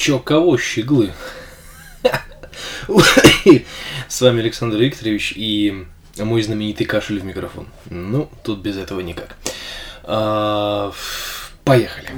Чё, кого, щеглы? С вами Александр Викторович и мой знаменитый кашель в микрофон. Ну, тут без этого никак. Поехали.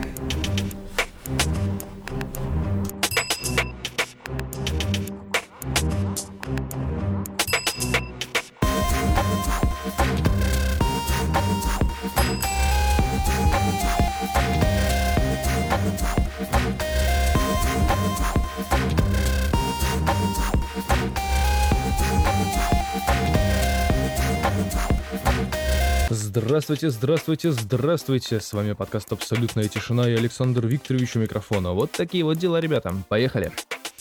Здравствуйте. С вами подкаст «Абсолютная тишина» и Александр Викторович у микрофона. Вот такие вот дела, ребята. Поехали.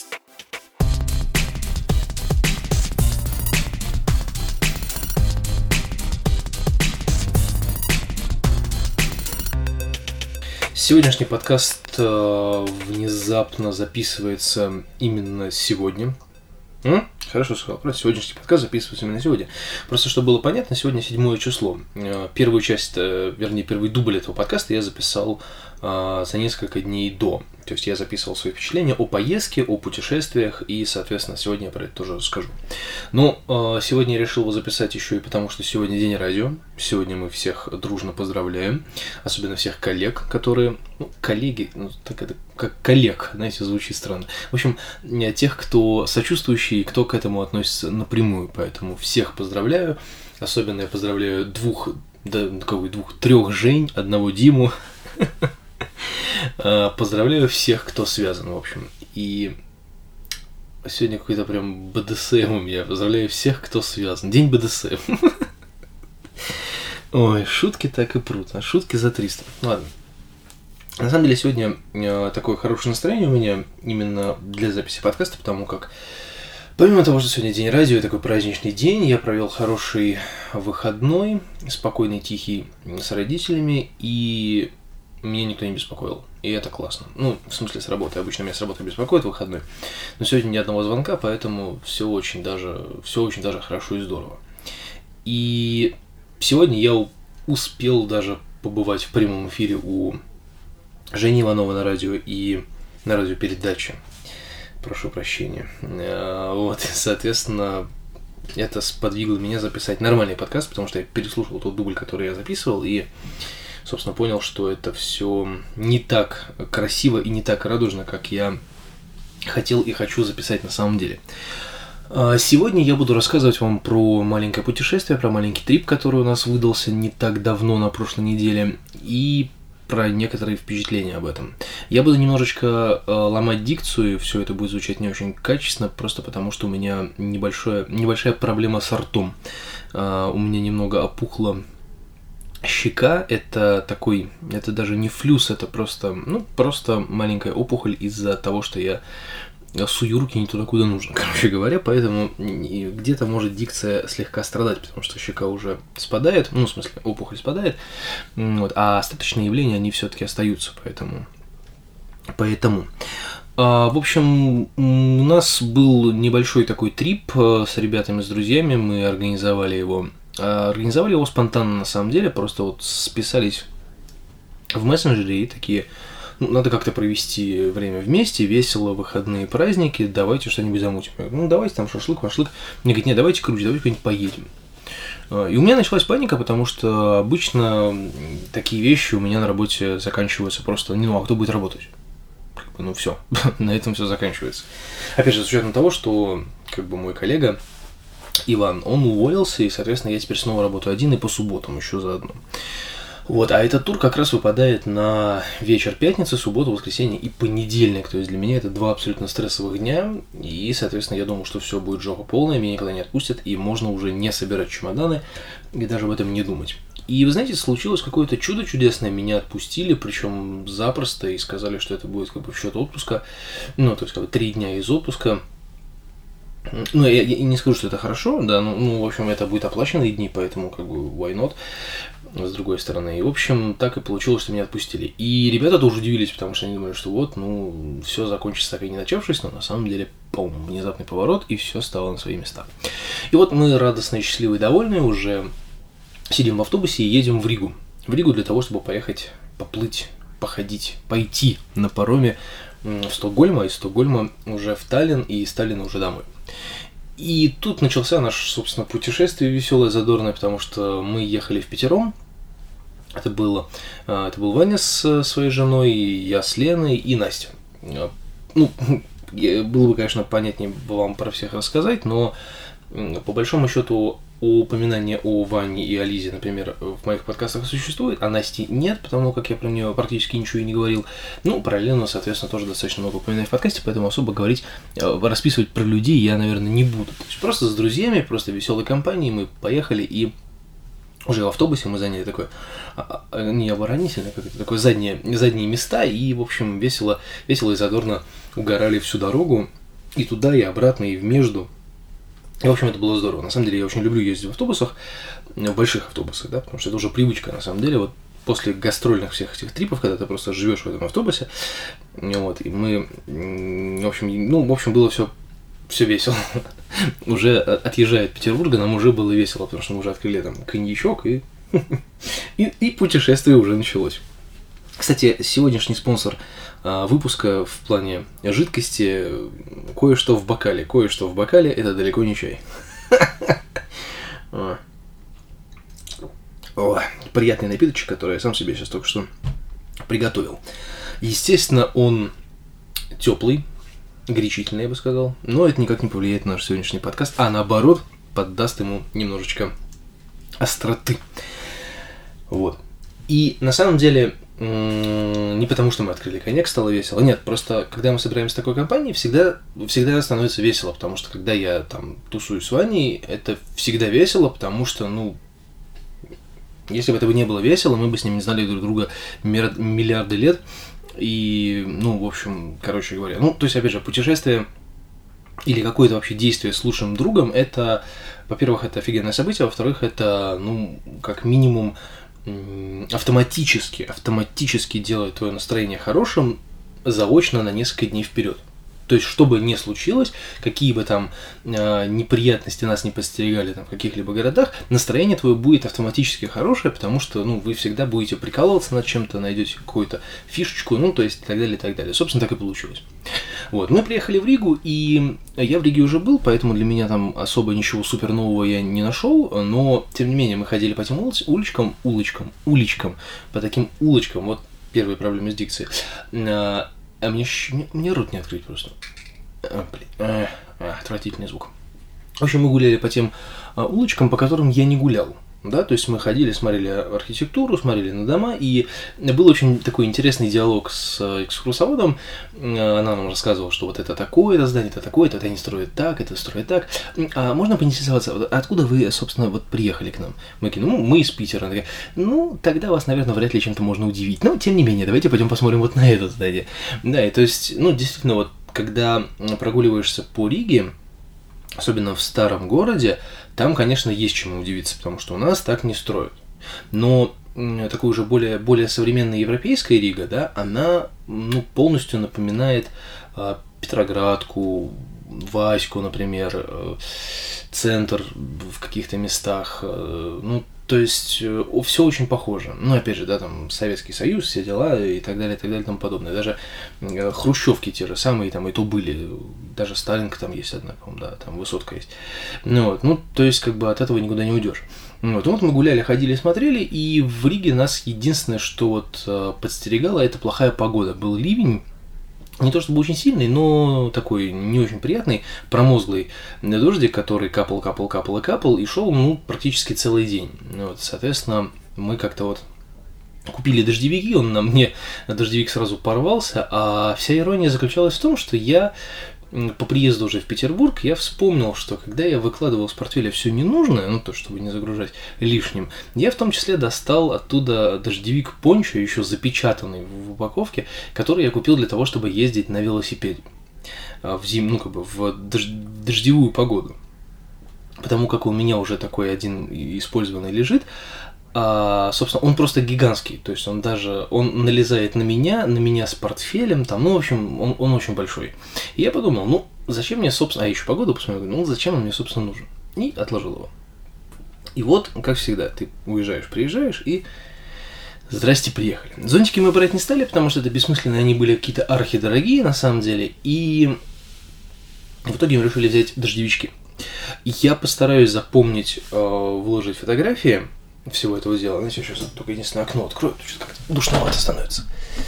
Сегодняшний подкаст внезапно записывается именно сегодня. Хорошо сказал, просто сегодняшний подкаст записывается именно сегодня. Просто, чтобы было понятно, сегодня 7 число. Первую часть, первый дубль этого подкаста я записал за несколько дней до. То есть я записывал свои впечатления о поездке, о путешествиях, и, соответственно, сегодня я про это тоже расскажу. Но сегодня я решил его записать еще и потому, что сегодня день радио. Сегодня мы всех дружно поздравляем, особенно всех коллег, которые... коллеги, так это как коллег, знаете, звучит странно. В общем, тех, кто сочувствующий, кто к этому относится напрямую. Поэтому всех поздравляю. Особенно я поздравляю трех Жень, одного Диму. Поздравляю всех, кто связан, в общем. И сегодня какой-то прям БДСМ у меня. Поздравляю всех, кто связан. День БДСМ. Ой, шутки так и прут. Шутки за 300. Ладно. На самом деле, сегодня такое хорошее настроение у меня именно для записи подкаста, потому как помимо того, что сегодня день радио, такой праздничный день, я провел хороший выходной, спокойный, тихий, с родителями, и меня никто не беспокоил. И это классно. В смысле, с работы. Обычно меня с работы беспокоит в выходной. Но сегодня ни одного звонка, поэтому все очень даже хорошо и здорово. И сегодня я успел даже побывать в прямом эфире у Жени Иванова на радио и на радиопередаче. Прошу прощения. Вот, соответственно, это сподвигло меня записать нормальный подкаст, потому что я переслушал тот дубль, который я записывал, и собственно, понял, что это все не так красиво и не так радужно, как я хотел и хочу записать на самом деле. Сегодня я буду рассказывать вам про маленькое путешествие, про маленький трип, который у нас выдался не так давно, на прошлой неделе, и про некоторые впечатления об этом. Я буду немножечко ломать дикцию, и все это будет звучать не очень качественно, просто потому что у меня небольшая проблема с ртом. У меня немного опухла щека, это даже не флюс, это просто маленькая опухоль из-за того, что я сую руки не туда, куда нужно, короче говоря, поэтому где-то может дикция слегка страдать, потому что щека уже спадает, в смысле, опухоль спадает, а остаточные явления, они все-таки остаются, поэтому. В общем, у нас был небольшой такой трип с ребятами, с друзьями, мы организовали его спонтанно, на самом деле, просто списались в мессенджере и такие, надо как-то провести время вместе, весело, выходные праздники, давайте что-нибудь замутим. Я говорю, давайте там шашлык. Мне говорят, нет, давайте круче, давайте куда-нибудь поедем. И у меня началась паника, потому что обычно такие вещи у меня на работе заканчиваются просто, а кто будет работать? Все, на этом все заканчивается. Опять же, с учетом того, что мой коллега Иван, он уволился, и, соответственно, я теперь снова работаю один и по субботам еще заодно. Вот, а этот тур как раз выпадает на вечер пятницы, субботу, воскресенье и понедельник. То есть для меня это 2 абсолютно стрессовых дня, и, соответственно, я думал, что все будет жопа полная, меня никогда не отпустят, и можно уже не собирать чемоданы и даже об этом не думать. И, вы знаете, случилось какое-то чудо чудесное, меня отпустили, причем запросто, и сказали, что это будет в счет отпуска, то есть 3 дня из отпуска. Я не скажу, что это хорошо, да, в общем, это будет оплаченные дни, поэтому, why not, с другой стороны. И, в общем, так и получилось, что меня отпустили. И ребята тоже удивились, потому что они думали, что все закончится так и не начавшись, но на самом деле, внезапный поворот, и все стало на свои места. И вот мы радостные, счастливые, довольные, уже сидим в автобусе и едем в Ригу. В Ригу для того, чтобы поехать, поплыть, походить, пойти на пароме в Стокгольм, а из Стокгольма уже в Таллин, и из Таллина уже домой. И тут начался наше, собственно, путешествие веселое, задорное, потому что мы ехали впятером. Это был Ваня с своей женой, я с Леной и Настя. Ну, было бы, конечно, понятнее вам про всех рассказать, но по большому счету упоминание о Ване и о Лизе, например, в моих подкастах существует, а Насти нет, потому как я про нее практически ничего и не говорил. Ну, про Лену, соответственно, тоже достаточно много упоминаю в подкасте, поэтому особо говорить, расписывать про людей я, наверное, не буду. То есть просто с друзьями, просто веселой компанией мы поехали, и уже в автобусе мы заняли такое, не оборонительное, как это, такое задние места, и, в общем, весело и задорно угорали всю дорогу, и туда, и обратно, и в между. И, в общем, это было здорово. На самом деле, я очень люблю ездить в автобусах, в больших автобусах, да, потому что это уже привычка, на самом деле. Вот после гастрольных всех этих трипов, когда ты просто живешь в этом автобусе, вот, и мы, в общем, было все весело. Уже отъезжая от Петербурга, нам уже было весело, потому что мы уже открыли там коньячок, и путешествие уже началось. Кстати, сегодняшний спонсор выпуска в плане жидкости кое-что в бокале. Кое-что в бокале – это далеко не чай. Приятный напиточек, который я сам себе сейчас только что приготовил. Естественно, он теплый, горячительный, я бы сказал, но это никак не повлияет на наш сегодняшний подкаст, а наоборот, поддаст ему немножечко остроты. Вот. И на самом деле, не потому что мы открыли коньяк, стало весело. Нет, просто когда мы собираемся в такой компании, всегда становится весело, потому что когда я там тусуюсь с Ваней, это всегда весело, потому что, если бы это не было весело, мы бы с ним не знали друг друга миллиарды лет. И, в общем, короче говоря, то есть, опять же, путешествие или какое-то вообще действие с лучшим другом, это, во-первых, это офигенное событие, во-вторых, это, как минимум, автоматически делает твое настроение хорошим заочно на несколько дней вперед. То есть, что бы ни случилось, какие бы там неприятности нас не подстерегали там, в каких-либо городах, настроение твое будет автоматически хорошее, потому что вы всегда будете прикалываться над чем-то, найдете какую-то фишечку, то есть и так далее, и так далее. Собственно, так и получилось. Вот. Мы приехали в Ригу, и я в Риге уже был, поэтому для меня там особо ничего супер нового я не нашел, но, тем не менее, мы ходили по этим уличкам, по таким улочкам, вот первые проблемы с дикцией. А мне рот не открыть просто. Отвратительный звук. В общем, мы гуляли по тем улочкам, по которым я не гулял. Да, то есть мы ходили, смотрели архитектуру, смотрели на дома, и был очень такой интересный диалог с экскурсоводом. Она нам рассказывала, что вот это такое-то здание, это такое-то, это они строят так, это строят так. А можно поинтересоваться, откуда вы, собственно, приехали к нам? Мы такие, мы из Питера. Она такая, тогда вас, наверное, вряд ли чем-то можно удивить. Но, тем не менее, давайте пойдем посмотрим вот на это здание. Да, и то есть, действительно, вот когда прогуливаешься по Риге, особенно в старом городе, там, конечно, есть чему удивиться, потому что у нас так не строят. Но такой уже более современная европейская Рига, да, она полностью напоминает Петроградку, Ваську, например, центр в каких-то местах. То есть все очень похоже. Опять же, да, там Советский Союз, все дела и так далее, и тому подобное. Даже хрущевки те же самые там и то были. Даже Сталинка там есть одна, по-моему, да, там высотка есть. То есть как бы от этого никуда не уйдешь. Вот мы гуляли, ходили, смотрели, и в Риге нас единственное, что подстерегало, это плохая погода. Был ливень. Не то чтобы очень сильный, но такой не очень приятный, промозглый дождик, который капал, и шел, практически целый день. Соответственно, мы как-то купили дождевики, дождевик сразу порвался, а вся ирония заключалась в том, что я по приезду уже в Петербург, я вспомнил, что когда я выкладывал с портфеля все ненужное, то, чтобы не загружать лишним, я в том числе достал оттуда дождевик пончо, еще запечатанный в упаковке, который я купил для того, чтобы ездить на велосипеде в дождевую погоду. Потому как у меня уже такой один использованный лежит, собственно, он просто гигантский, то есть он налезает на меня с портфелем, в общем, он очень большой. И я подумал, зачем мне, собственно, еще погоду посмотрел, зачем он мне, собственно, нужен? И отложил его. И вот, как всегда, ты приезжаешь, и Здрасте, приехали. Зонтики мы брать не стали, потому что это бессмысленно, они были какие-то архидорогие на самом деле, и в итоге мы решили взять дождевички. Я постараюсь запомнить, выложить фотографии всего этого дела. Знаете, я сейчас только единственное окно открою, тут что-то как-то душновато становится.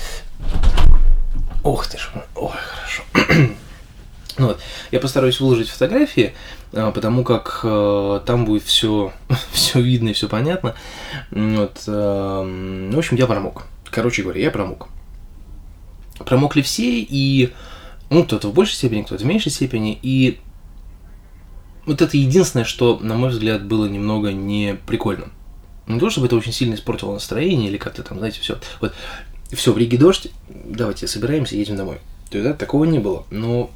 Ох ты ж, ой, хорошо. Ну вот, я постараюсь выложить фотографии, потому как там будет все видно и все понятно. Вот, в общем, я промок. Короче говоря, я промок. Промокли все, и кто-то в большей степени, кто-то в меньшей степени. И вот это единственное, что, на мой взгляд, было немного не прикольно. Не то, чтобы это очень сильно испортило настроение, или как-то там, знаете, все. Вот, все, в Риге дождь, давайте собираемся, едем домой. То есть, да, такого не было. Но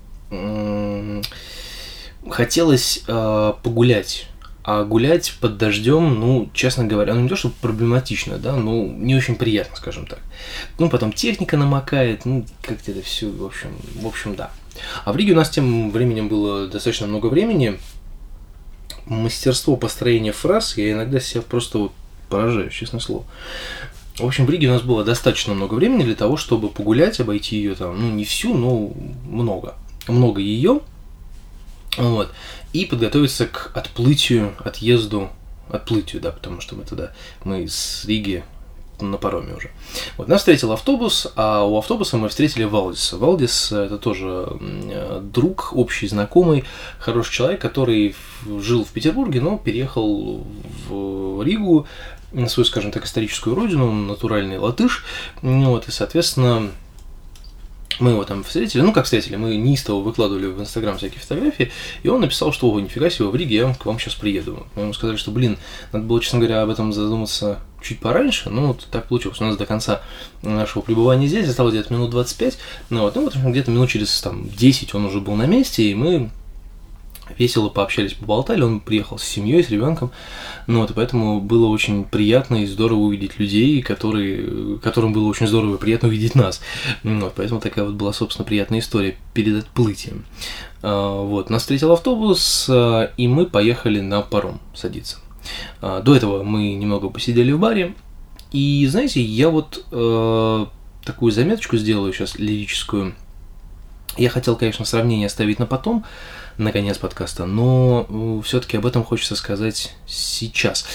хотелось погулять, а гулять под дождем, честно говоря, не то, что проблематично, да, не очень приятно, скажем так. Потом техника намокает, как-то это все, в общем, да. А в Риге у нас тем временем было достаточно много времени. Мастерство построения фраз, я иногда себя просто поражаю, честное слово. В общем, в Риге у нас было достаточно много времени для того, чтобы погулять, обойти ее там, не всю, но много ее, вот, и подготовиться к отплытию, да, потому что мы с Риги на пароме уже. Вот, нас встретил автобус, а у автобуса мы встретили Валдиса. Валдис – это тоже друг, общий знакомый, хороший человек, который жил в Петербурге, но переехал в Ригу, на свою, скажем так, историческую родину, натуральный латыш, вот, и, соответственно, мы его там встретили, мы неистово выкладывали в Инстаграм всякие фотографии, и он написал, что нифига себе, в Риге, я к вам сейчас приеду. Мы ему сказали, что, надо было, честно говоря, об этом задуматься чуть пораньше, так получилось. У нас до конца нашего пребывания здесь осталось где-то минут 25, где-то минут через 10 он уже был на месте, и мы весело пообщались, поболтали, он приехал с семьей, с ребенком, и поэтому было очень приятно и здорово увидеть людей, которым было очень здорово и приятно увидеть нас. Поэтому такая была, собственно, приятная история перед отплытием. Нас встретил автобус, и мы поехали на паром садиться. До этого мы немного посидели в баре, и, знаете, я такую заметочку сделаю сейчас, лирическую. Я хотел, конечно, сравнение оставить на потом, на конец подкаста, но все-таки об этом хочется сказать сейчас.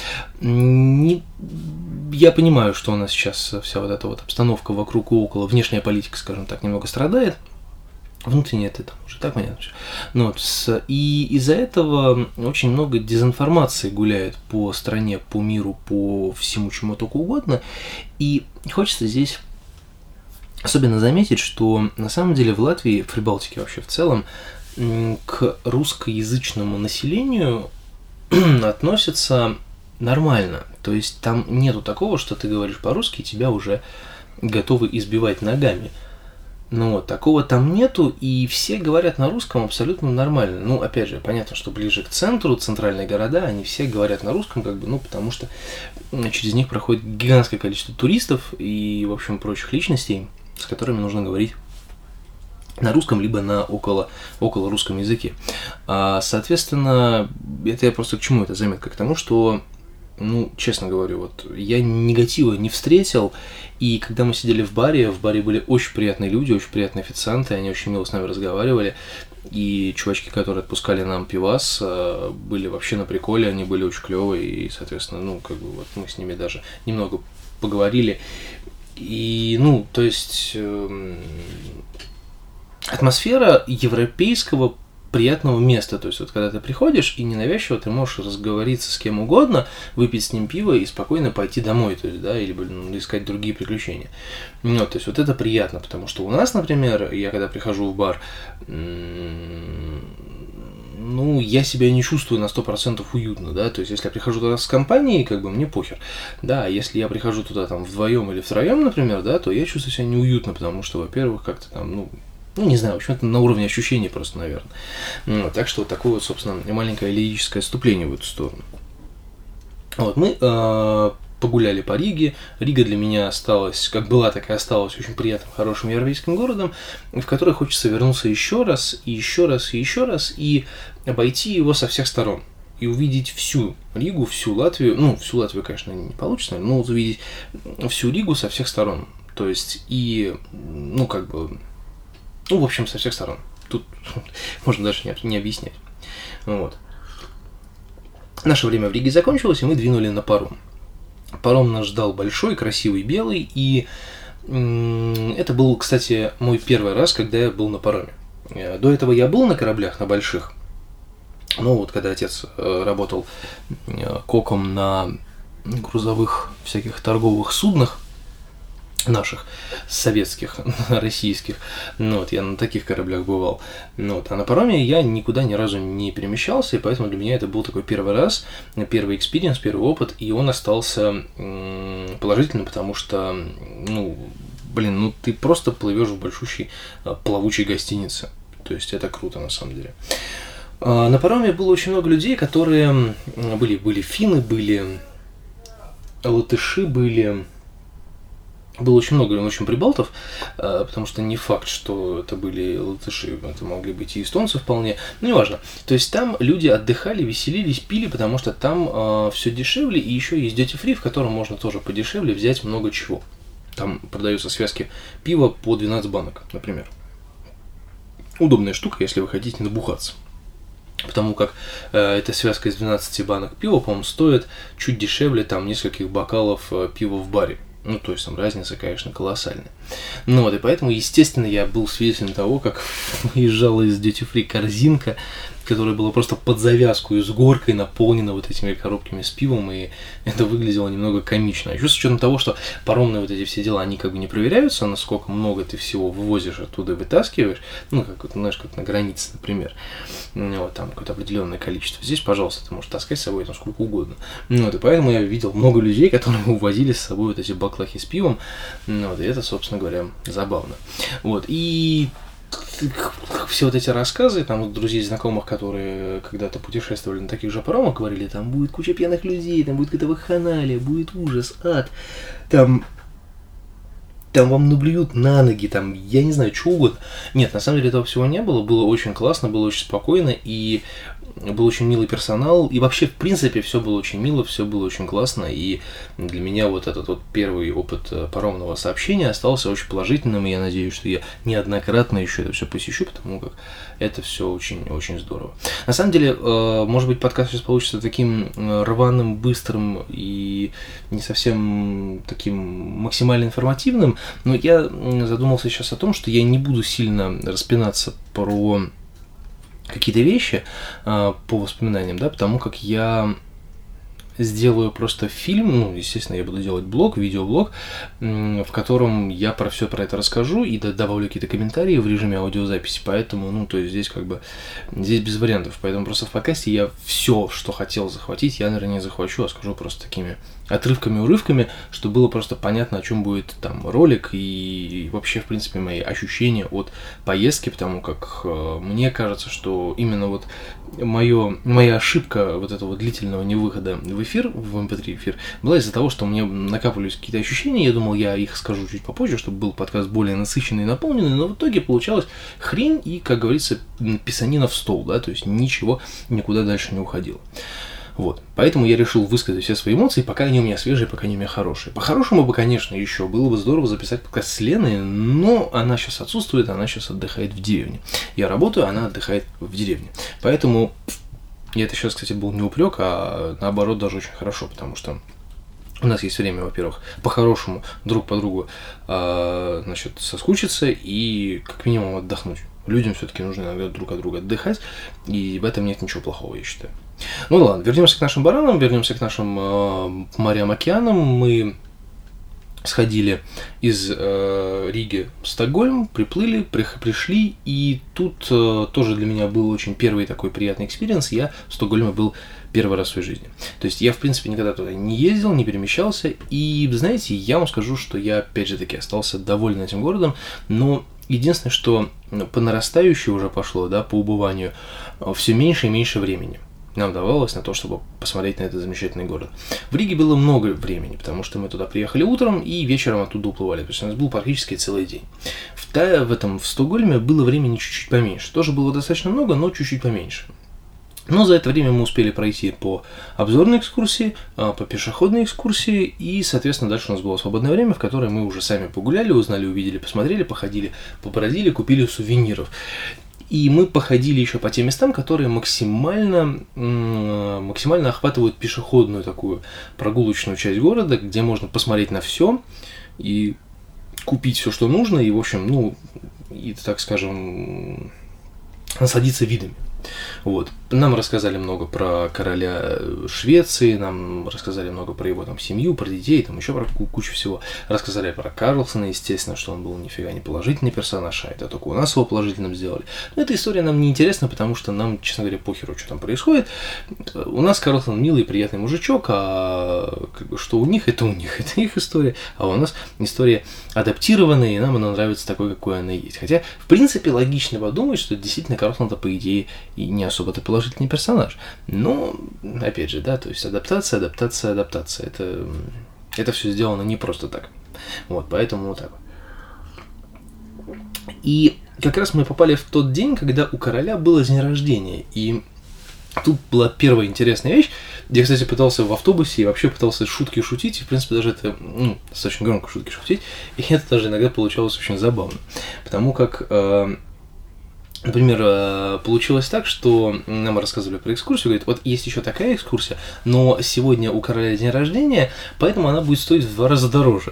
Я понимаю, что у нас сейчас вся эта обстановка вокруг и около, внешняя политика, скажем так, немного страдает. Внутренняя это уже так понятно. И из-за этого очень много дезинформации гуляет по стране, по миру, по всему, чему только угодно. И хочется здесь особенно заметить, что на самом деле в Латвии, в Прибалтике вообще в целом, к русскоязычному населению относятся нормально. То есть там нету такого, что ты говоришь по-русски, и тебя уже готовы избивать ногами. Такого там нету, и все говорят на русском абсолютно нормально. Опять же, понятно, что ближе к центру, центральные города, они все говорят на русском, потому что через них проходит гигантское количество туристов и, в общем, прочих личностей, с которыми нужно говорить на русском, либо на около русском языке. Соответственно, это я просто к чему это заметка? К тому, что, честно говорю, я негатива не встретил, и когда мы сидели в баре были очень приятные люди, очень приятные официанты, они очень мило с нами разговаривали, и чувачки, которые отпускали нам пивас, были вообще на приколе, они были очень клевые, и, соответственно, мы с ними даже немного поговорили, и, то есть, атмосфера европейского приятного места, то есть когда ты приходишь и ненавязчиво ты можешь разговориться с кем угодно, выпить с ним пиво и спокойно пойти домой, то есть, да, или искать другие приключения. То есть это приятно, потому что у нас, например, я когда прихожу в бар, я себя не чувствую на 100% уютно, да, то есть если я прихожу туда с компанией, мне похер, да, если я прихожу туда вдвоем или втроем, например, да, то я чувствую себя неуютно, потому что, во-первых, как-то там, не знаю, в общем, это на уровне ощущений просто, наверное. Так что такое, собственно, маленькое лирическое отступление в эту сторону. Мы погуляли по Риге. Рига для меня осталась, как была, так и осталась очень приятным, хорошим европейским городом, в который хочется вернуться еще раз, и обойти его со всех сторон. и увидеть всю Ригу, всю Латвию. Ну, всю Латвию, конечно, не получится, но увидеть всю Ригу со всех сторон. То есть, и, ну, как бы, ну, в общем, со всех сторон. Тут можно даже не объяснять. Вот. Наше время в Риге закончилось, и мы двинули на паром. Паром нас ждал большой, красивый, белый, и это был, кстати, мой первый раз, когда я был на пароме. До этого я был на кораблях, на больших. Ну, вот когда отец работал коком на грузовых всяких торговых суднах наших, советских, российских, ну, вот я на таких кораблях бывал. Ну, вот, а на пароме я никуда ни разу не перемещался, и поэтому для меня это был такой первый раз, первый экспириенс, первый опыт, и он остался положительным, потому что, ну, блин, ну ты просто плывешь в большущей плавучей гостинице. То есть это круто на самом деле. На пароме было очень много людей, которые были финны, были латыши, было очень много, очень прибалтов, потому что не факт, что это были латыши, это могли быть и эстонцы вполне, ну, неважно. То есть там люди отдыхали, веселились, пили, потому что там все дешевле, и еще есть duty free, в котором можно тоже подешевле взять много чего. Там продаются связки пива по 12 банок, например. Удобная штука, если вы хотите набухаться. Потому как эта связка из 12 банок пива, по-моему, стоит чуть дешевле там нескольких бокалов пива в баре. Ну, то есть там разница, конечно, колоссальная. Ну вот, и поэтому, естественно, я был свидетелем того, как выезжала из Duty Free корзинка, которая была просто под завязку и с горкой наполнена вот этими коробками с пивом, и это выглядело немного комично. Еще с учетом того, что паромные вот эти все дела, они как бы не проверяются, насколько много ты всего вывозишь оттуда и вытаскиваешь, ну, как вот, знаешь, как на границе, например, вот там какое-то определенное количество. Здесь, пожалуйста, ты можешь таскать с собой там сколько угодно. Ну, вот, и поэтому я видел много людей, которые увозили с собой вот эти баклахи с пивом, ну, вот, и это, собственно говоря, забавно. Вот, и все вот эти рассказы, там, вот друзей, знакомых, которые когда-то путешествовали на таких же паромах, говорили, там будет куча пьяных людей, там будет какая-то вакханалия, будет ужас, ад, там вам наблюют на ноги, там, я не знаю, что угодно. Нет, на самом деле этого всего не было, было очень классно, было очень спокойно, и был очень милый персонал, и вообще, в принципе, все было очень мило, все было очень классно, и для меня вот этот вот первый опыт паромного сообщения остался очень положительным, и я надеюсь, что я неоднократно еще это все посещу, потому как это все очень-очень здорово. На самом деле, может быть, подкаст сейчас получится таким рваным, быстрым и не совсем таким максимально информативным, но я задумался сейчас о том, что я не буду сильно распинаться про какие-то вещи по воспоминаниям, да, потому как я сделаю просто фильм, ну, естественно, я буду делать блог, видеоблог, в котором я про все про это расскажу и добавлю какие-то комментарии в режиме аудиозаписи, поэтому, ну, то есть здесь как бы, здесь без вариантов, поэтому просто в подкасте я все, что хотел захватить, я, наверное, не захвачу, а скажу просто такими отрывками-урывками, чтобы было просто понятно, о чем будет там ролик и вообще, в принципе, мои ощущения от поездки, потому как мне кажется, что именно вот моя ошибка вот этого длительного невыхода в эфир, в MP3 эфир, была из-за того, что мне накапливались какие-то ощущения, я думал, я их скажу чуть попозже, чтобы был подкаст более насыщенный и наполненный, но в итоге получалась хрень и, как говорится, писанина в стол, да, то есть ничего никуда дальше не уходило. Вот, поэтому я решил высказать все свои эмоции, пока они у меня свежие, пока они у меня хорошие. По-хорошему бы, конечно, еще было бы здорово записать подкаст с Леной, но она сейчас отсутствует, она сейчас отдыхает в деревне. Я работаю, она отдыхает в деревне. Поэтому, и это сейчас, кстати, был не упрек, а наоборот даже очень хорошо, потому что у нас есть время, во-первых, по-хорошему друг по другу, значит, соскучиться и как минимум отдохнуть. Людям все-таки нужно иногда друг от друга отдыхать, и в этом нет ничего плохого, я считаю. Ну ладно, вернемся к нашим баранам, вернемся к нашим морям, океанам. Мы сходили из Риги в Стокгольм, приплыли, пришли, и тут тоже для меня был очень первый такой приятный экспириенс. Я в Стокгольме был первый раз в своей жизни. То есть я, в принципе, никогда туда не ездил, не перемещался, и, знаете, я вам скажу, что я, опять же таки, остался доволен этим городом, но единственное, что по нарастающей уже пошло, да, по убыванию, все меньше и меньше времени нам давалось на то, чтобы посмотреть на этот замечательный город. В Риге было много времени, потому что мы туда приехали утром и вечером оттуда уплывали. То есть у нас был практически целый день. В Стокгольме было времени чуть-чуть поменьше. Тоже было достаточно много, но чуть-чуть поменьше. Но за это время мы успели пройти по обзорной экскурсии, по пешеходной экскурсии, и, соответственно, дальше у нас было свободное время, в которое мы уже сами погуляли, узнали, увидели, посмотрели, походили, побродили, купили сувениров. И мы походили еще по тем местам, которые максимально охватывают пешеходную такую прогулочную часть города, где можно посмотреть на все и купить все, что нужно, и, в общем, и, так скажем, насладиться видами. Вот. Нам рассказали много про короля Швеции, нам рассказали много про его там семью, про детей, там еще про кучу всего. Рассказали про Карлсона, естественно, что он был нифига не положительный персонаж, а это только у нас его положительным сделали. Но эта история нам не интересна, потому что нам, честно говоря, похеру, что там происходит. У нас Карлсон милый, приятный мужичок, а что у них, это их история, а у нас история адаптированная, и нам она нравится такой, какой она есть. Хотя, в принципе, логично подумать, что действительно Карлсон-то, по идее, и не особо-то положительный персонаж. Но, опять же, да, то есть адаптация. Это все сделано не просто так. Вот, поэтому вот так. И как раз мы попали в тот день, когда у короля было день рождения. И тут была первая интересная вещь. Я, кстати, пытался в автобусе и вообще пытался шутки шутить. И, в принципе, даже это достаточно громко шутки шутить. И это даже иногда получалось очень забавно. Потому как... Например, получилось так, что нам рассказывали про экскурсию, говорит, вот есть еще такая экскурсия, но сегодня у короля день рождения, поэтому она будет стоить в 2 раза дороже.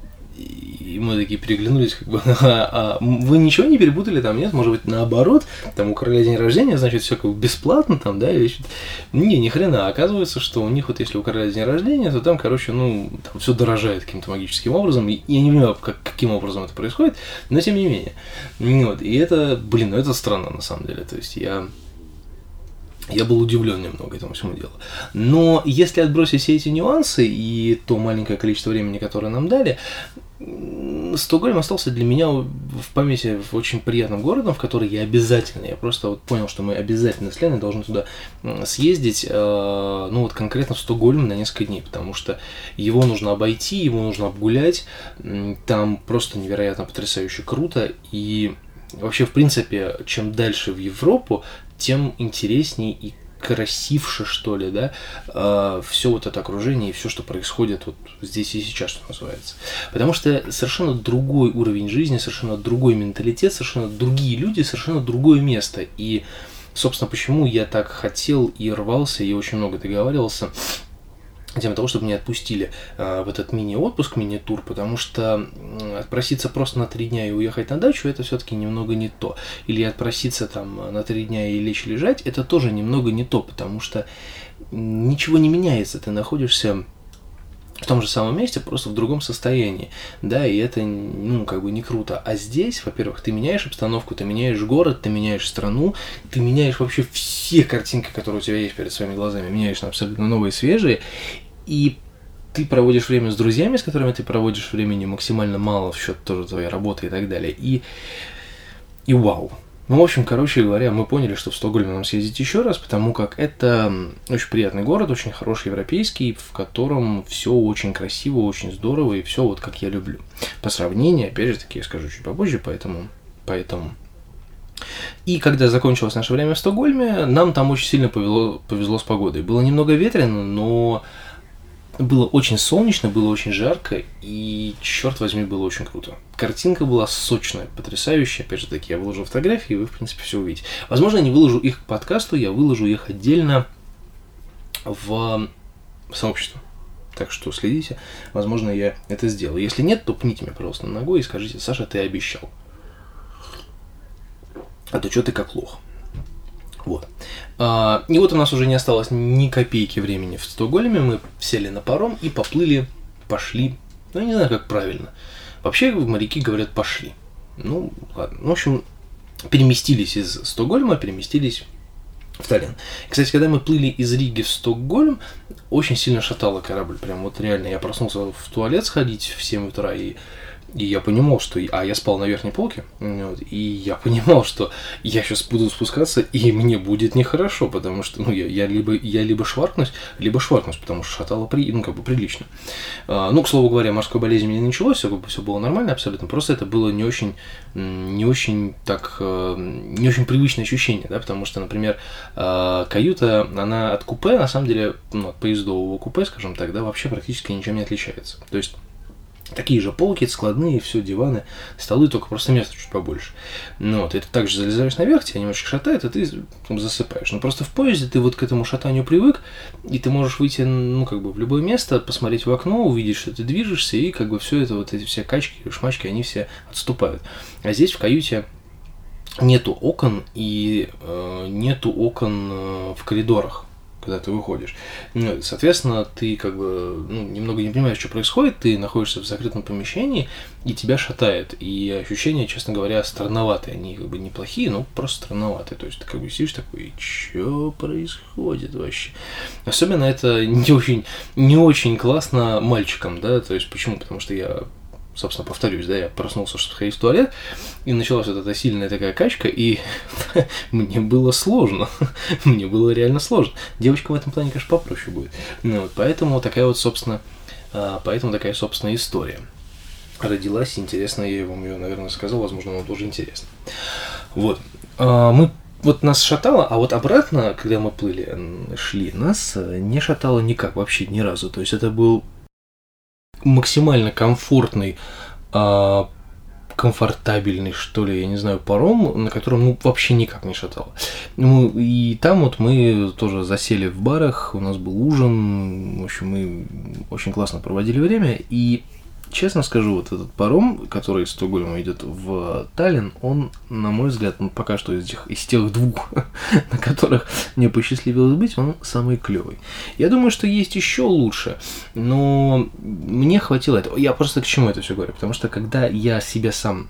И мы такие переглянулись, как бы, вы ничего не перепутали там, нет? Может быть, наоборот, там у короля день рождения, значит, все как бы бесплатно там, да? Ни хрена, оказывается, что у них вот если у короля день рождения, то там, короче, там все дорожает каким-то магическим образом. И я не понимаю, каким образом это происходит, но тем не менее. Вот, и это, это странно на самом деле, то есть я был удивлен немного этому всему делу. Но если отбросить все эти нюансы и то маленькое количество времени, которое нам дали, Стокгольм остался для меня в памяти очень приятным городом, в который я просто вот понял, что мы обязательно с Леной должны туда съездить, вот конкретно в Стокгольм на несколько дней, потому что его нужно обойти, его нужно обгулять, там просто невероятно потрясающе круто, и вообще, в принципе, чем дальше в Европу, тем интересней и красивше, что ли, да, все вот это окружение и все, что происходит вот здесь и сейчас, что называется. Потому что совершенно другой уровень жизни, совершенно другой менталитет, совершенно другие люди, совершенно другое место. И, собственно, почему я так хотел и рвался, и очень много договаривался тема того, чтобы меня отпустили в этот мини-отпуск, мини-тур, потому что отпроситься просто на 3 дня и уехать на дачу, это все-таки немного не то. Или отпроситься там на 3 дня и лечь лежать, это тоже немного не то, потому что ничего не меняется, ты находишься в том же самом месте, просто в другом состоянии, да, и это, не круто. А здесь, во-первых, ты меняешь обстановку, ты меняешь город, ты меняешь страну, ты меняешь вообще все картинки, которые у тебя есть перед своими глазами, меняешь на абсолютно новые, свежие, и ты проводишь время с друзьями, с которыми ты проводишь времени максимально мало в счет тоже твоей работы и так далее, и вау. В общем, короче говоря, мы поняли, что в Стокгольм нам съездить еще раз, потому как это очень приятный город, очень хороший европейский, в котором все очень красиво, очень здорово, и все вот как я люблю. По сравнению, опять же таки, я скажу чуть попозже, поэтому. И когда закончилось наше время в Стокгольме, нам там очень сильно повезло с погодой. Было немного ветрено, но было очень солнечно, было очень жарко, и, черт возьми, было очень круто. Картинка была сочная, потрясающая. Опять же таки, я выложу фотографии, и вы, в принципе, все увидите. Возможно, я не выложу их к подкасту, я выложу их отдельно в сообщество. Так что следите, возможно, я это сделаю. Если нет, то пните меня, пожалуйста, ногой и скажите: Саша, ты обещал. А то что ты как лох. Вот. И вот у нас уже не осталось ни копейки времени в Стокгольме. Мы сели на паром и пошли. Я не знаю, как правильно. Вообще моряки говорят «пошли». Ладно. В общем, переместились из Стокгольма, переместились в Таллин. Кстати, когда мы плыли из Риги в Стокгольм, очень сильно шатало корабль. Прям вот реально я проснулся в туалет сходить в 7 утра и И я понимал, что... я спал на верхней полке, вот, и я понимал, что я сейчас буду спускаться, и мне будет нехорошо, потому что, я либо шваркнусь, потому что шатало прилично. К слову говоря, морской болезни у меня не началось, все было нормально абсолютно, просто это было не очень привычное ощущение, да, потому что, например, каюта, она от купе, на самом деле, от поездового купе, скажем так, да, вообще практически ничем не отличается. То есть такие же полки, складные, все, диваны, столы, только просто места чуть побольше. И ты также залезаешь наверх, тебя немножко шатает, и ты засыпаешь. Но просто в поезде ты вот к этому шатанию привык, и ты можешь выйти, в любое место, посмотреть в окно, увидеть, что ты движешься, и все это, вот эти все качки, шмачки, они все отступают. А здесь в каюте нету окон, и нету окон в коридорах, когда ты выходишь. Соответственно, ты немного не понимаешь, что происходит, ты находишься в закрытом помещении, и тебя шатает. И ощущения, честно говоря, странноватые. Они неплохие, но просто странноватые. То есть ты сидишь такой, что происходит вообще? Особенно это не очень классно мальчикам, да, то есть почему? Потому что я, собственно, повторюсь, да, я проснулся, чтобы сходить в туалет, и началась вот эта сильная такая качка, и мне было сложно, мне было реально сложно. Девочка в этом плане, конечно, попроще будет. Поэтому такая, собственно, история родилась, интересно, я вам ее, наверное, сказал, возможно, вам тоже интересно. Нас шатало, а вот обратно, когда мы шли, нас не шатало никак, вообще ни разу. То есть это был максимально комфортный, комфортабельный, что ли, я не знаю, паром, на котором, вообще никак не шатало. И там мы тоже засели в барах, у нас был ужин, в общем, мы очень классно проводили время, и, честно скажу, вот этот паром, который из Стокгольма идет в Таллин, он, на мой взгляд, пока что из тех двух, на которых мне посчастливилось быть, он самый клевый. Я думаю, что есть еще лучше, но мне хватило этого. Я просто к чему это все говорю? Потому что когда я себе сам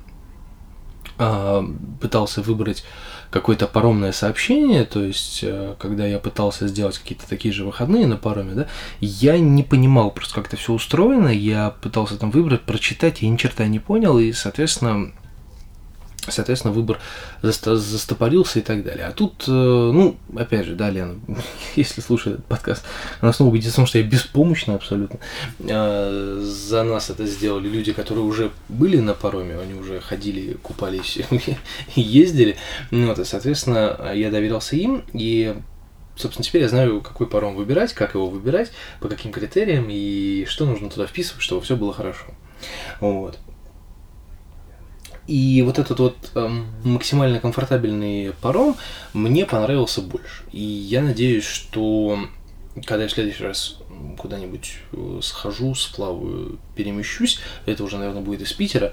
пытался выбрать какое-то паромное сообщение, то есть, когда я пытался сделать какие-то такие же выходные на пароме, да, я не понимал просто, как это все устроено, я пытался там выбрать, прочитать, я ни черта не понял, и, соответственно, выбор застопорился и так далее. А тут, опять же, да, Лена, если слушает этот подкаст, она снова убедится в том, что я беспомощна абсолютно. За нас это сделали люди, которые уже были на пароме, они уже ходили, купались и ездили. И, соответственно, я доверился им, и, собственно, теперь я знаю, какой паром выбирать, как его выбирать, по каким критериям, и что нужно туда вписывать, чтобы все было хорошо. И вот этот максимально комфортабельный паром мне понравился больше. И я надеюсь, что когда я в следующий раз куда-нибудь схожу, сплаваю, перемещусь, это уже, наверное, будет из Питера,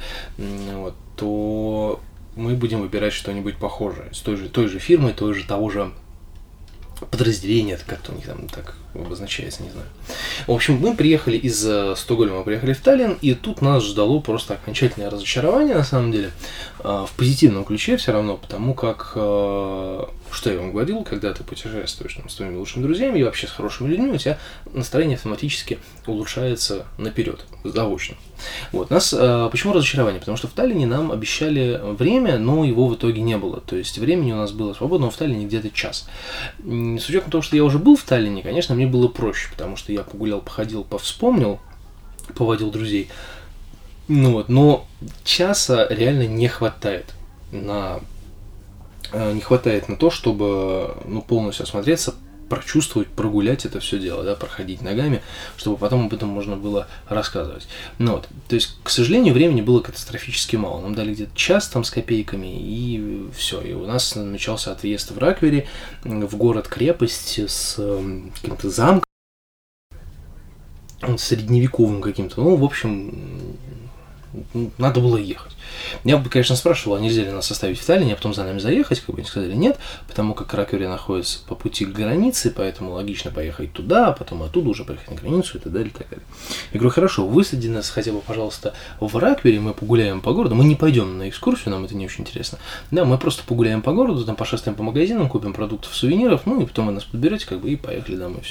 то мы будем выбирать что-нибудь похожее, с той же фирмы, того же подразделения, как-то у них там так обозначается, не знаю. В общем, мы приехали из Стокгольма, приехали в Таллин, и тут нас ждало просто окончательное разочарование, на самом деле, в позитивном ключе все равно, потому как, что я вам говорил, когда ты путешествуешь с твоими лучшими друзьями и вообще с хорошими людьми, у тебя настроение автоматически улучшается наперед, заочно. Почему разочарование? Потому что в Таллине нам обещали время, но его в итоге не было. То есть времени у нас было свободного в Таллине где-то час. С учетом того, что я уже был в Таллине, конечно, мне было проще, потому что я погулял, походил, повспомнил, поводил друзей. Но часа реально не хватает на то, чтобы полностью осмотреться, прочувствовать, прогулять это все дело, да, проходить ногами, чтобы потом об этом можно было рассказывать. То есть, к сожалению, времени было катастрофически мало. Нам дали где-то час там с копейками, и все. И у нас намечался отъезд в Раквери, в город-крепость с каким-то замком, средневековым каким-то. В общем, надо было ехать. Я бы, конечно, спрашивал, а нельзя ли нас оставить в Таллине, а потом за нами заехать, они сказали нет, потому как Раквери находится по пути к границе, поэтому логично поехать туда, а потом оттуда уже поехать на границу и так далее, и так далее. Я говорю, хорошо, высади нас хотя бы, пожалуйста, в Раквери, мы погуляем по городу, мы не пойдем на экскурсию, нам это не очень интересно. Да, мы просто погуляем по городу, там пошествуем по магазинам, купим продуктов, сувениров, и потом вы нас подберете, и поехали домой, все.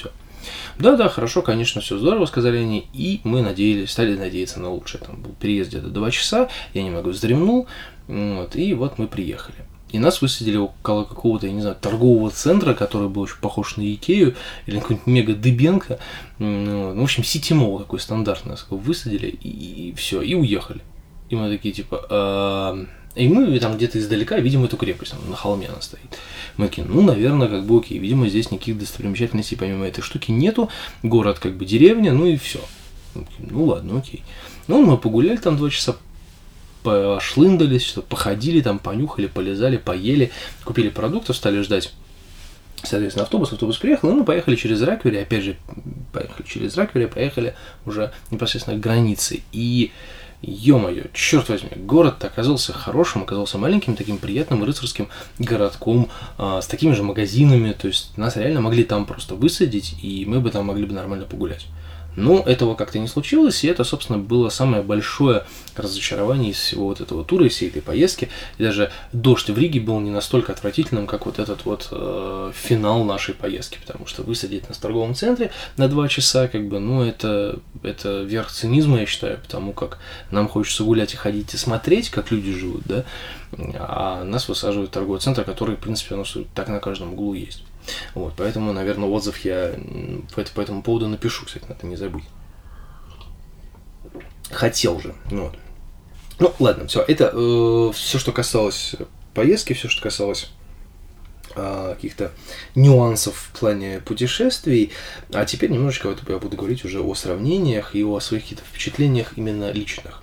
Да, хорошо, конечно, все здорово, сказали они, и мы стали надеяться на лучшее. Там был переезд где-то 2 часа, я немного вздремнул, вот, и вот мы приехали. И нас высадили около какого-то, я не знаю, торгового центра, который был очень похож на Икею, или на какой-нибудь мега-дыбенко. В общем, сити-молл такой стандартный. Нас высадили, и все, и уехали. И мы такие, типа... И мы там где-то издалека видим эту крепость, там, на холме она стоит. Мы такие, ну, наверное, как бы окей, видимо, здесь никаких достопримечательностей помимо этой штуки нету. Город как бы деревня, ну и все. Ну ладно, окей. Ну, мы погуляли там 2 часа, пошлындались, походили там, понюхали, полезали, поели, купили продуктов, стали ждать, соответственно, автобус приехал, и мы поехали через Раквери, опять же, поехали уже непосредственно к границе, и, ё-моё, черт возьми, город оказался хорошим, оказался маленьким, таким приятным рыцарским городком, с такими же магазинами, то есть нас реально могли там просто высадить, и мы бы там могли бы нормально погулять. Но этого как-то не случилось, и это, собственно, было самое большое разочарование из всего вот этого тура, из всей этой поездки. И даже дождь в Риге был не настолько отвратительным, как вот этот вот финал нашей поездки, потому что высадить нас в торговом центре на 2 часа, как бы, ну, это верх цинизма, я считаю, потому как нам хочется гулять и ходить и смотреть, как люди живут, да, а нас высаживают в торговый центр, который, в принципе, у нас так на каждом углу есть. Вот, поэтому, наверное, отзыв я по этому поводу напишу, кстати, надо не забыть. Хотел же. Вот. Ну, ладно, все. Это все, что касалось поездки, все, что касалось каких-то нюансов в плане путешествий. А теперь немножечко я буду говорить уже о сравнениях и о своих каких-то впечатлениях именно личных.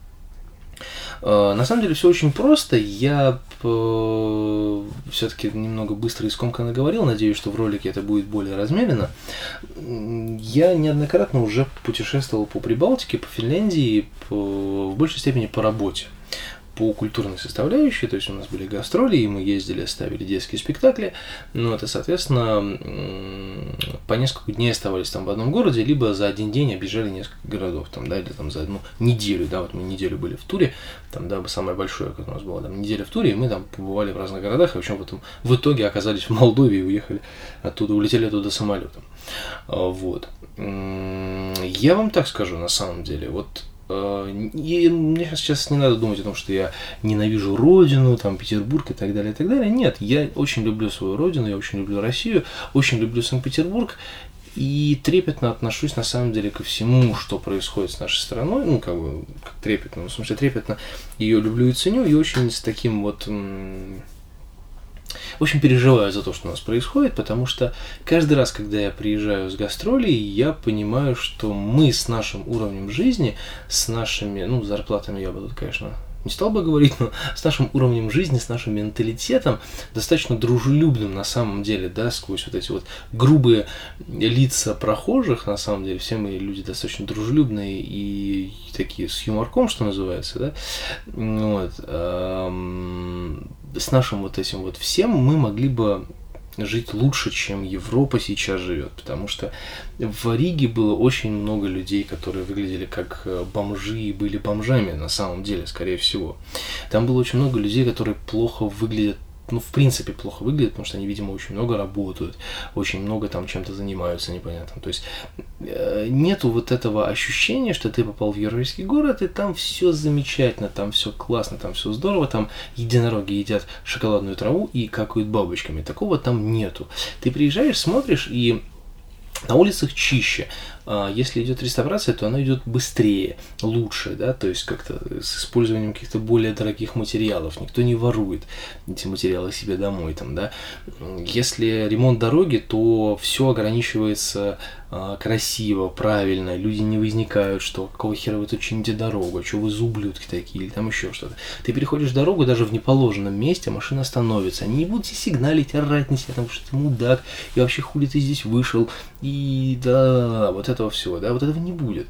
На самом деле все очень просто. Я все-таки немного быстро и скомканно говорил. Надеюсь, что в ролике это будет более размеренно. Я неоднократно уже путешествовал по Прибалтике, по Финляндии, в большей степени по работе. По культурной составляющей, то есть у нас были гастроли, и мы ездили, ставили детские спектакли, ну, это, соответственно, по несколько дней оставались там в одном городе, либо за один день объезжали несколько городов, там, да, или там за одну неделю, да, вот мы неделю были в туре, там, да, самое большое, как у нас было, там, неделя в туре, и мы там побывали в разных городах, и в общем, потом в итоге оказались в Молдове и уехали оттуда, улетели оттуда самолетом, вот. Я вам так скажу, на самом деле, вот. И мне сейчас не надо думать о том, что я ненавижу родину, там, Петербург и так далее, и так далее. Нет, я очень люблю свою родину, я очень люблю Россию, очень люблю Санкт-Петербург и трепетно отношусь, на самом деле, ко всему, что происходит с нашей страной. Ну, как бы, как трепетно, в смысле, трепетно ее люблю и ценю, и очень с таким вот... В общем, переживаю за то, что у нас происходит, потому что каждый раз, когда я приезжаю с гастролей, я понимаю, что мы с нашим уровнем жизни, с нашими, ну, зарплатами я бы тут, конечно, не стал бы говорить, но с нашим уровнем жизни, с нашим менталитетом, достаточно дружелюбным на самом деле, да, сквозь вот эти вот грубые лица прохожих, на самом деле, все мы люди достаточно дружелюбные и такие с юморком, что называется, да, вот, с нашим вот этим вот всем мы могли бы жить лучше, чем Европа сейчас живет, потому что в Риге было очень много людей, которые выглядели как бомжи и были бомжами на самом деле, скорее всего. Там было очень много людей, которые плохо выглядят, ну, в принципе, плохо выглядят, потому что они, видимо, очень много работают, очень много там чем-то занимаются непонятно. То есть нету вот этого ощущения, что ты попал в европейский город, и там все замечательно, там все классно, там все здорово, там единороги едят шоколадную траву и какают бабочками. Такого там нету. Ты приезжаешь, смотришь, и на улицах чище. Если идет реставрация, то она идет быстрее, лучше, да, то есть как-то с использованием каких-то более дорогих материалов. Никто не ворует эти материалы себе домой, там, да. Если ремонт дороги, то все ограничивается красиво, правильно, люди не возникают, что какого хера вы тут чините дорогу, что вы за ублюдки такие, или там еще что-то. Ты переходишь дорогу даже в неположенном месте, машина остановится, они не будут тебе сигналить, орать на тебя, потому что ты мудак, и вообще хули ты здесь вышел, и да, вот этого всего, да, вот этого не будет.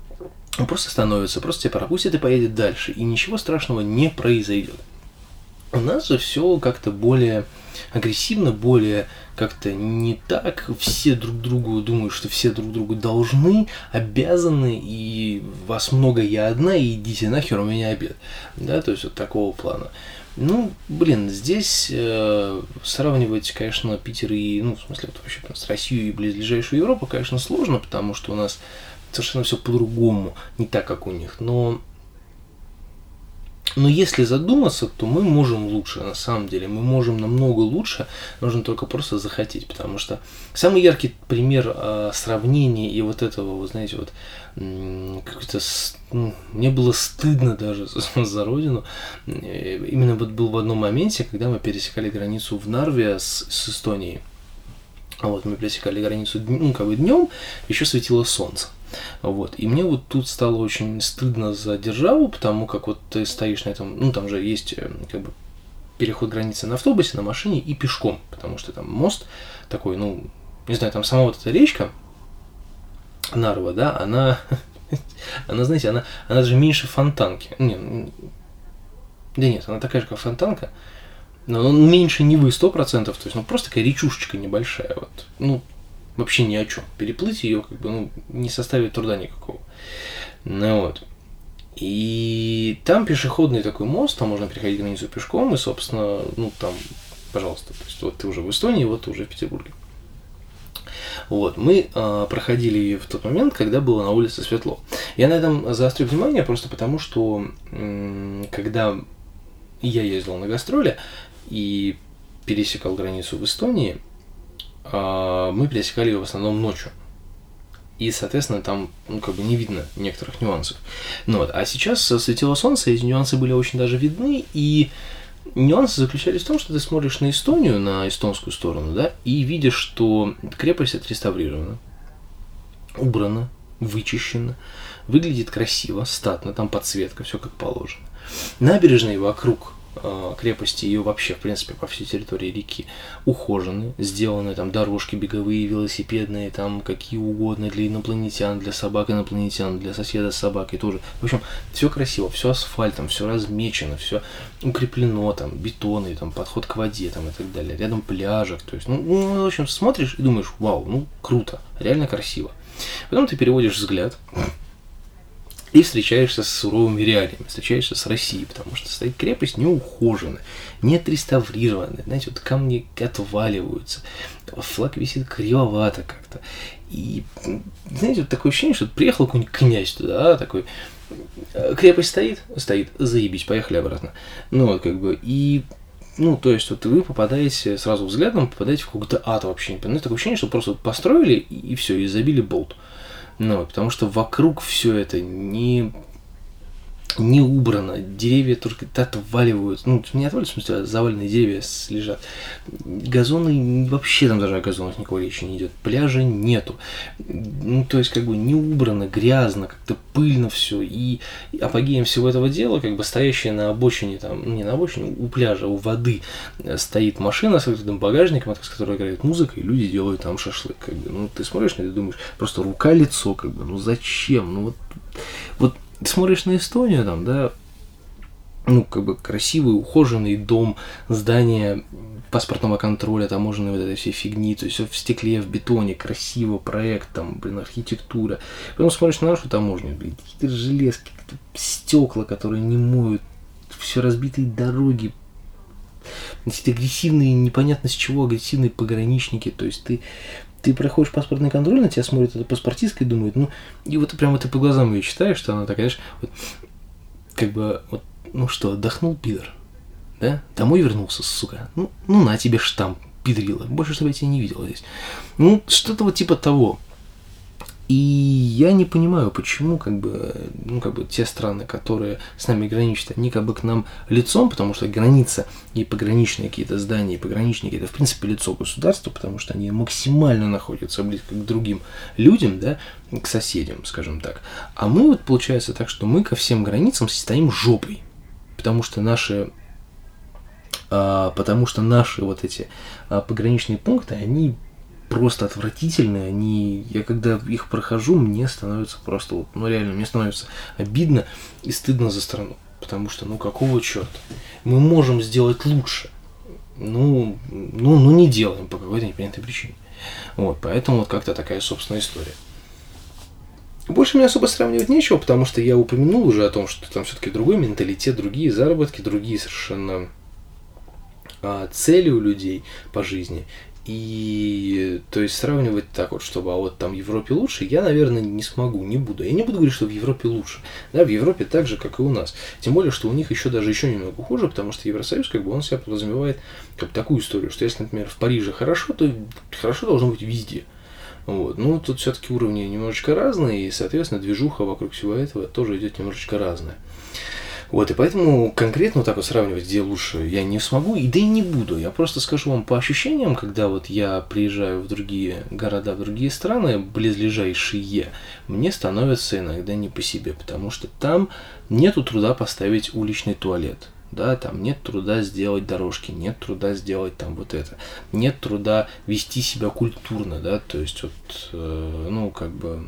Он просто остановится, просто тебя пропустит и поедет дальше, и ничего страшного не произойдет. У нас же все как-то более агрессивно, более как-то не так. Все друг другу думают, что все друг другу должны, обязаны, и вас много, я одна, и идите нахер, у меня обед. Да, то есть вот такого плана. Ну, блин, здесь сравнивать, конечно, Питер и, ну, в смысле, вот вообще с Россией и близлежащую Европу, конечно, сложно, потому что у нас совершенно все по-другому, не так, как у них. Но если задуматься, то мы можем лучше, на самом деле. Мы можем намного лучше, нужно только просто захотеть. Потому что самый яркий пример сравнения и вот этого, вы знаете, вот как-то мне было стыдно даже за родину. Именно вот был в одном моменте, когда мы пересекали границу в Нарве с Эстонией. Вот, мы пересекали границу днем, еще светило солнце. Вот. И мне вот тут стало очень стыдно за державу, потому как вот ты стоишь на этом, ну там же есть как бы переход границы на автобусе, на машине и пешком, потому что там мост такой, ну, не знаю, там сама вот эта речка Нарва, да, она, знаете, она даже меньше Фонтанки. Нет, она такая же, как Фонтанка, но он меньше Невы 100%, то есть, ну, просто такая речушечка небольшая, вот, ну, вообще ни о чем. Переплыть ее как бы, ну, не составит труда никакого. Ну вот. И там пешеходный такой мост, там можно переходить границу пешком, и, собственно, ну, там, пожалуйста, то есть, вот ты уже в Эстонии, вот ты уже в Петербурге. Вот, мы проходили ее в тот момент, когда было на улице светло. Я на этом заострю внимание просто потому, что когда я ездил на гастроли и пересекал границу в Эстонии, мы пересекали ее в основном ночью. И, соответственно, там, ну, как бы не видно некоторых нюансов. Ну, вот. А сейчас светило солнце, эти нюансы были очень даже видны, и нюансы заключались в том, что ты смотришь на Эстонию, на эстонскую сторону, да, и видишь, что крепость отреставрирована, убрана, вычищена, выглядит красиво, статно, там подсветка, все как положено. Набережные вокруг крепости и вообще, в принципе, по всей территории реки ухожены, сделаны там дорожки беговые, велосипедные, там какие угодно для инопланетян, для собак инопланетян, для соседа с собакой тоже. В общем, все красиво, все асфальтом, все размечено, все укреплено, там бетоны, там подход к воде, там и так далее. Рядом пляжик, то есть, ну, в общем, смотришь и думаешь, вау, ну круто, реально красиво. Потом ты переводишь взгляд и встречаешься с суровыми реалиями, встречаешься с Россией, потому что стоит крепость неухоженная, не отреставрированная, знаете, вот камни отваливаются, флаг висит кривовато как-то. И, знаете, вот такое ощущение, что приехал какой-нибудь князь туда, такой, крепость стоит, заебись, поехали обратно. Ну, вот как бы, и, ну, то есть, вот вы попадаете, сразу взглядом попадаете в какой-то ад вообще, не понимаете, такое ощущение, что просто построили и все, и забили болт. Ну, потому что вокруг все это не убрано, деревья только отваливаются, ну, не отваливаются, в смысле, заваленные деревья лежат, газоны, вообще там даже о газонах никакой речи не идет, пляжа нету, ну, то есть, как бы, не убрано, грязно, как-то пыльно все, и апогеем всего этого дела, как бы, стоящая на обочине, там, не на обочине, у пляжа, у воды стоит машина с открытым багажником, с которой играет музыка, и люди делают там шашлык, как бы, ну, ты смотришь на это и думаешь, просто рука-лицо, как бы, ну, зачем, ну, вот ты смотришь на Эстонию, там, да, ну, как бы красивый, ухоженный дом, здание паспортного контроля, таможенной вот этой всей фигни, то есть все в стекле, в бетоне, красиво, проект, там, блин, архитектура. Потом смотришь на нашу таможню, блин, какие-то железки, какие-то стекла, которые не моют, все разбитые дороги, какие-то агрессивные, непонятно с чего, агрессивные пограничники, то есть ты проходишь паспортный контроль, на тебя смотрит эта паспортистка и думает, ну, и вот прям ты по глазам ее читаешь, что она такая, знаешь, вот, как бы, вот, ну что, отдохнул, пидор, да? Домой вернулся, сука, ну на тебе штамп, пидрила, больше чтобы я тебя не видел здесь. Ну, что-то вот типа того. И я не понимаю, почему, как бы, ну, как бы, те страны, которые с нами граничат, они как бы к нам лицом, потому что граница и пограничные какие-то здания, и пограничники, это, в принципе, лицо государства, потому что они максимально находятся близко к другим людям, да, к соседям, скажем так. А мы вот, получается так, что мы ко всем границам стоим жопой, потому что наши вот эти пограничные пункты, они просто отвратительные, я когда их прохожу, мне становится просто, вот, ну реально, мне становится обидно и стыдно за страну. Потому что, какого черта? Мы можем сделать лучше. Не делаем по какой-то непонятной причине. Вот, поэтому вот как-то такая собственная история. Больше мне особо сравнивать нечего, потому что я упомянул уже о том, что там все-таки другой менталитет, другие заработки, другие совершенно цели у людей по жизни. И, то есть, сравнивать так вот, чтобы вот там в Европе лучше, я, наверное, не смогу, не буду. Я не буду говорить, что в Европе лучше. Да, в Европе так же, как и у нас. Тем более, что у них еще немного хуже, потому что Евросоюз, он себя подразумевает такую историю, что если, например, в Париже хорошо, то хорошо должно быть везде. Вот. Тут все-таки уровни немножечко разные, и, соответственно, движуха вокруг всего этого тоже идет немножечко разная. Вот, и поэтому конкретно вот так вот сравнивать, где лучше, я не смогу, да и не буду. Я просто скажу вам по ощущениям, когда вот я приезжаю в другие города, в другие страны, близлежащие, мне становится иногда не по себе, потому что там нету труда поставить уличный туалет. Да, там нет труда сделать дорожки, нет труда сделать там вот это, нет труда вести себя культурно, да, то есть вот,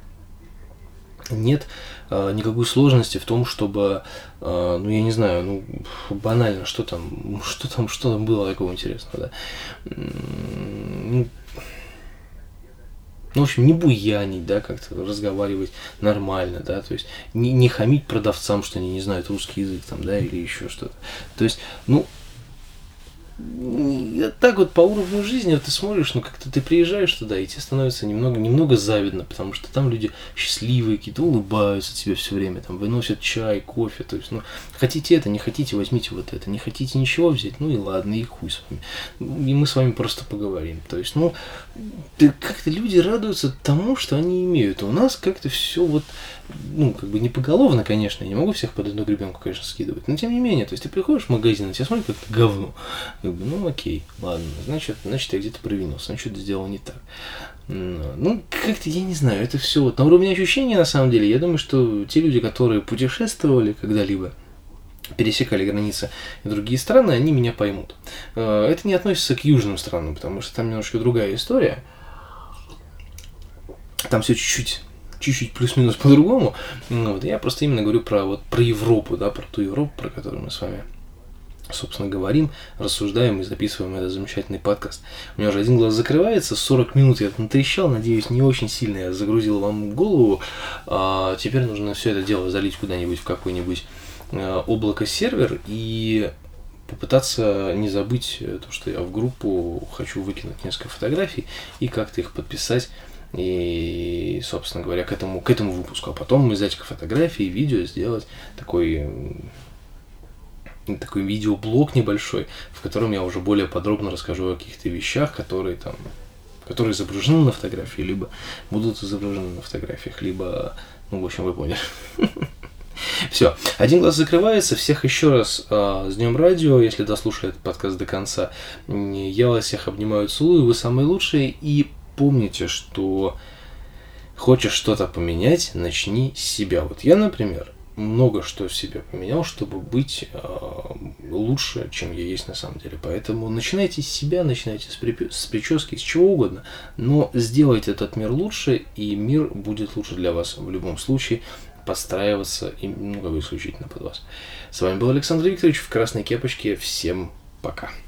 нет никакой сложности в том, чтобы, я не знаю, банально, что там было такого интересного, да. В общем, не буянить, да, как-то разговаривать нормально, да, то есть не хамить продавцам, что они не знают русский язык, там, да, или еще что-то. То есть, так вот по уровню жизни вот ты смотришь, как-то ты приезжаешь туда, и тебе становится немного завидно, потому что там люди счастливые, какие-то улыбаются тебе все время, там выносят чай, кофе, то есть, хотите это, не хотите, возьмите вот это, не хотите ничего взять, и ладно, и хуй с вами, и мы с вами просто поговорим, то есть, как-то люди радуются тому, что они имеют, а у нас как-то все вот, не поголовно, конечно, я не могу всех под одну гребенку, конечно, скидывать, но тем не менее, то есть ты приходишь в магазин, и тебя смотрят как-то говно. Окей, ладно, значит, я где-то провинился, значит, что-то сделал не так. Как-то, я не знаю, это все вот на уровне ощущений, на самом деле, я думаю, что те люди, которые путешествовали когда-либо, пересекали границы и другие страны, они меня поймут. Это не относится к южным странам, потому что там немножко другая история. Там все чуть-чуть плюс-минус по-другому. Я просто именно говорю про Европу, да, про ту Европу, про которую мы с вами, собственно, говорим, рассуждаем и записываем этот замечательный подкаст. У меня уже один глаз закрывается, 40 минут я натрещал, надеюсь, не очень сильно я загрузил вам голову. Теперь нужно все это дело залить куда-нибудь в какой-нибудь облако-сервер и попытаться не забыть то, что я в группу хочу выкинуть несколько фотографий и как-то их подписать. И, собственно говоря, к этому выпуску. А потом из этих фотографий и видео сделать такой видеоблог небольшой, в котором я уже более подробно расскажу о каких-то вещах, которые изображены на фотографии, либо будут изображены на фотографиях, либо, в общем, вы поняли. Все, один глаз закрывается. Всех еще раз с Днем Радио. Если дослушали этот подкаст до конца, я вас всех обнимаю, целую. Вы самые лучшие. И помните, что хочешь что-то поменять, начни с себя. Вот я, например, много что в себе поменял, чтобы быть лучше, чем я есть на самом деле. Поэтому начинайте с себя, начинайте с прически, с чего угодно, но сделайте этот мир лучше, и мир будет лучше для вас в любом случае, подстраиваться исключительно под вас. С вами был Александр Викторович в красной кепочке. Всем пока.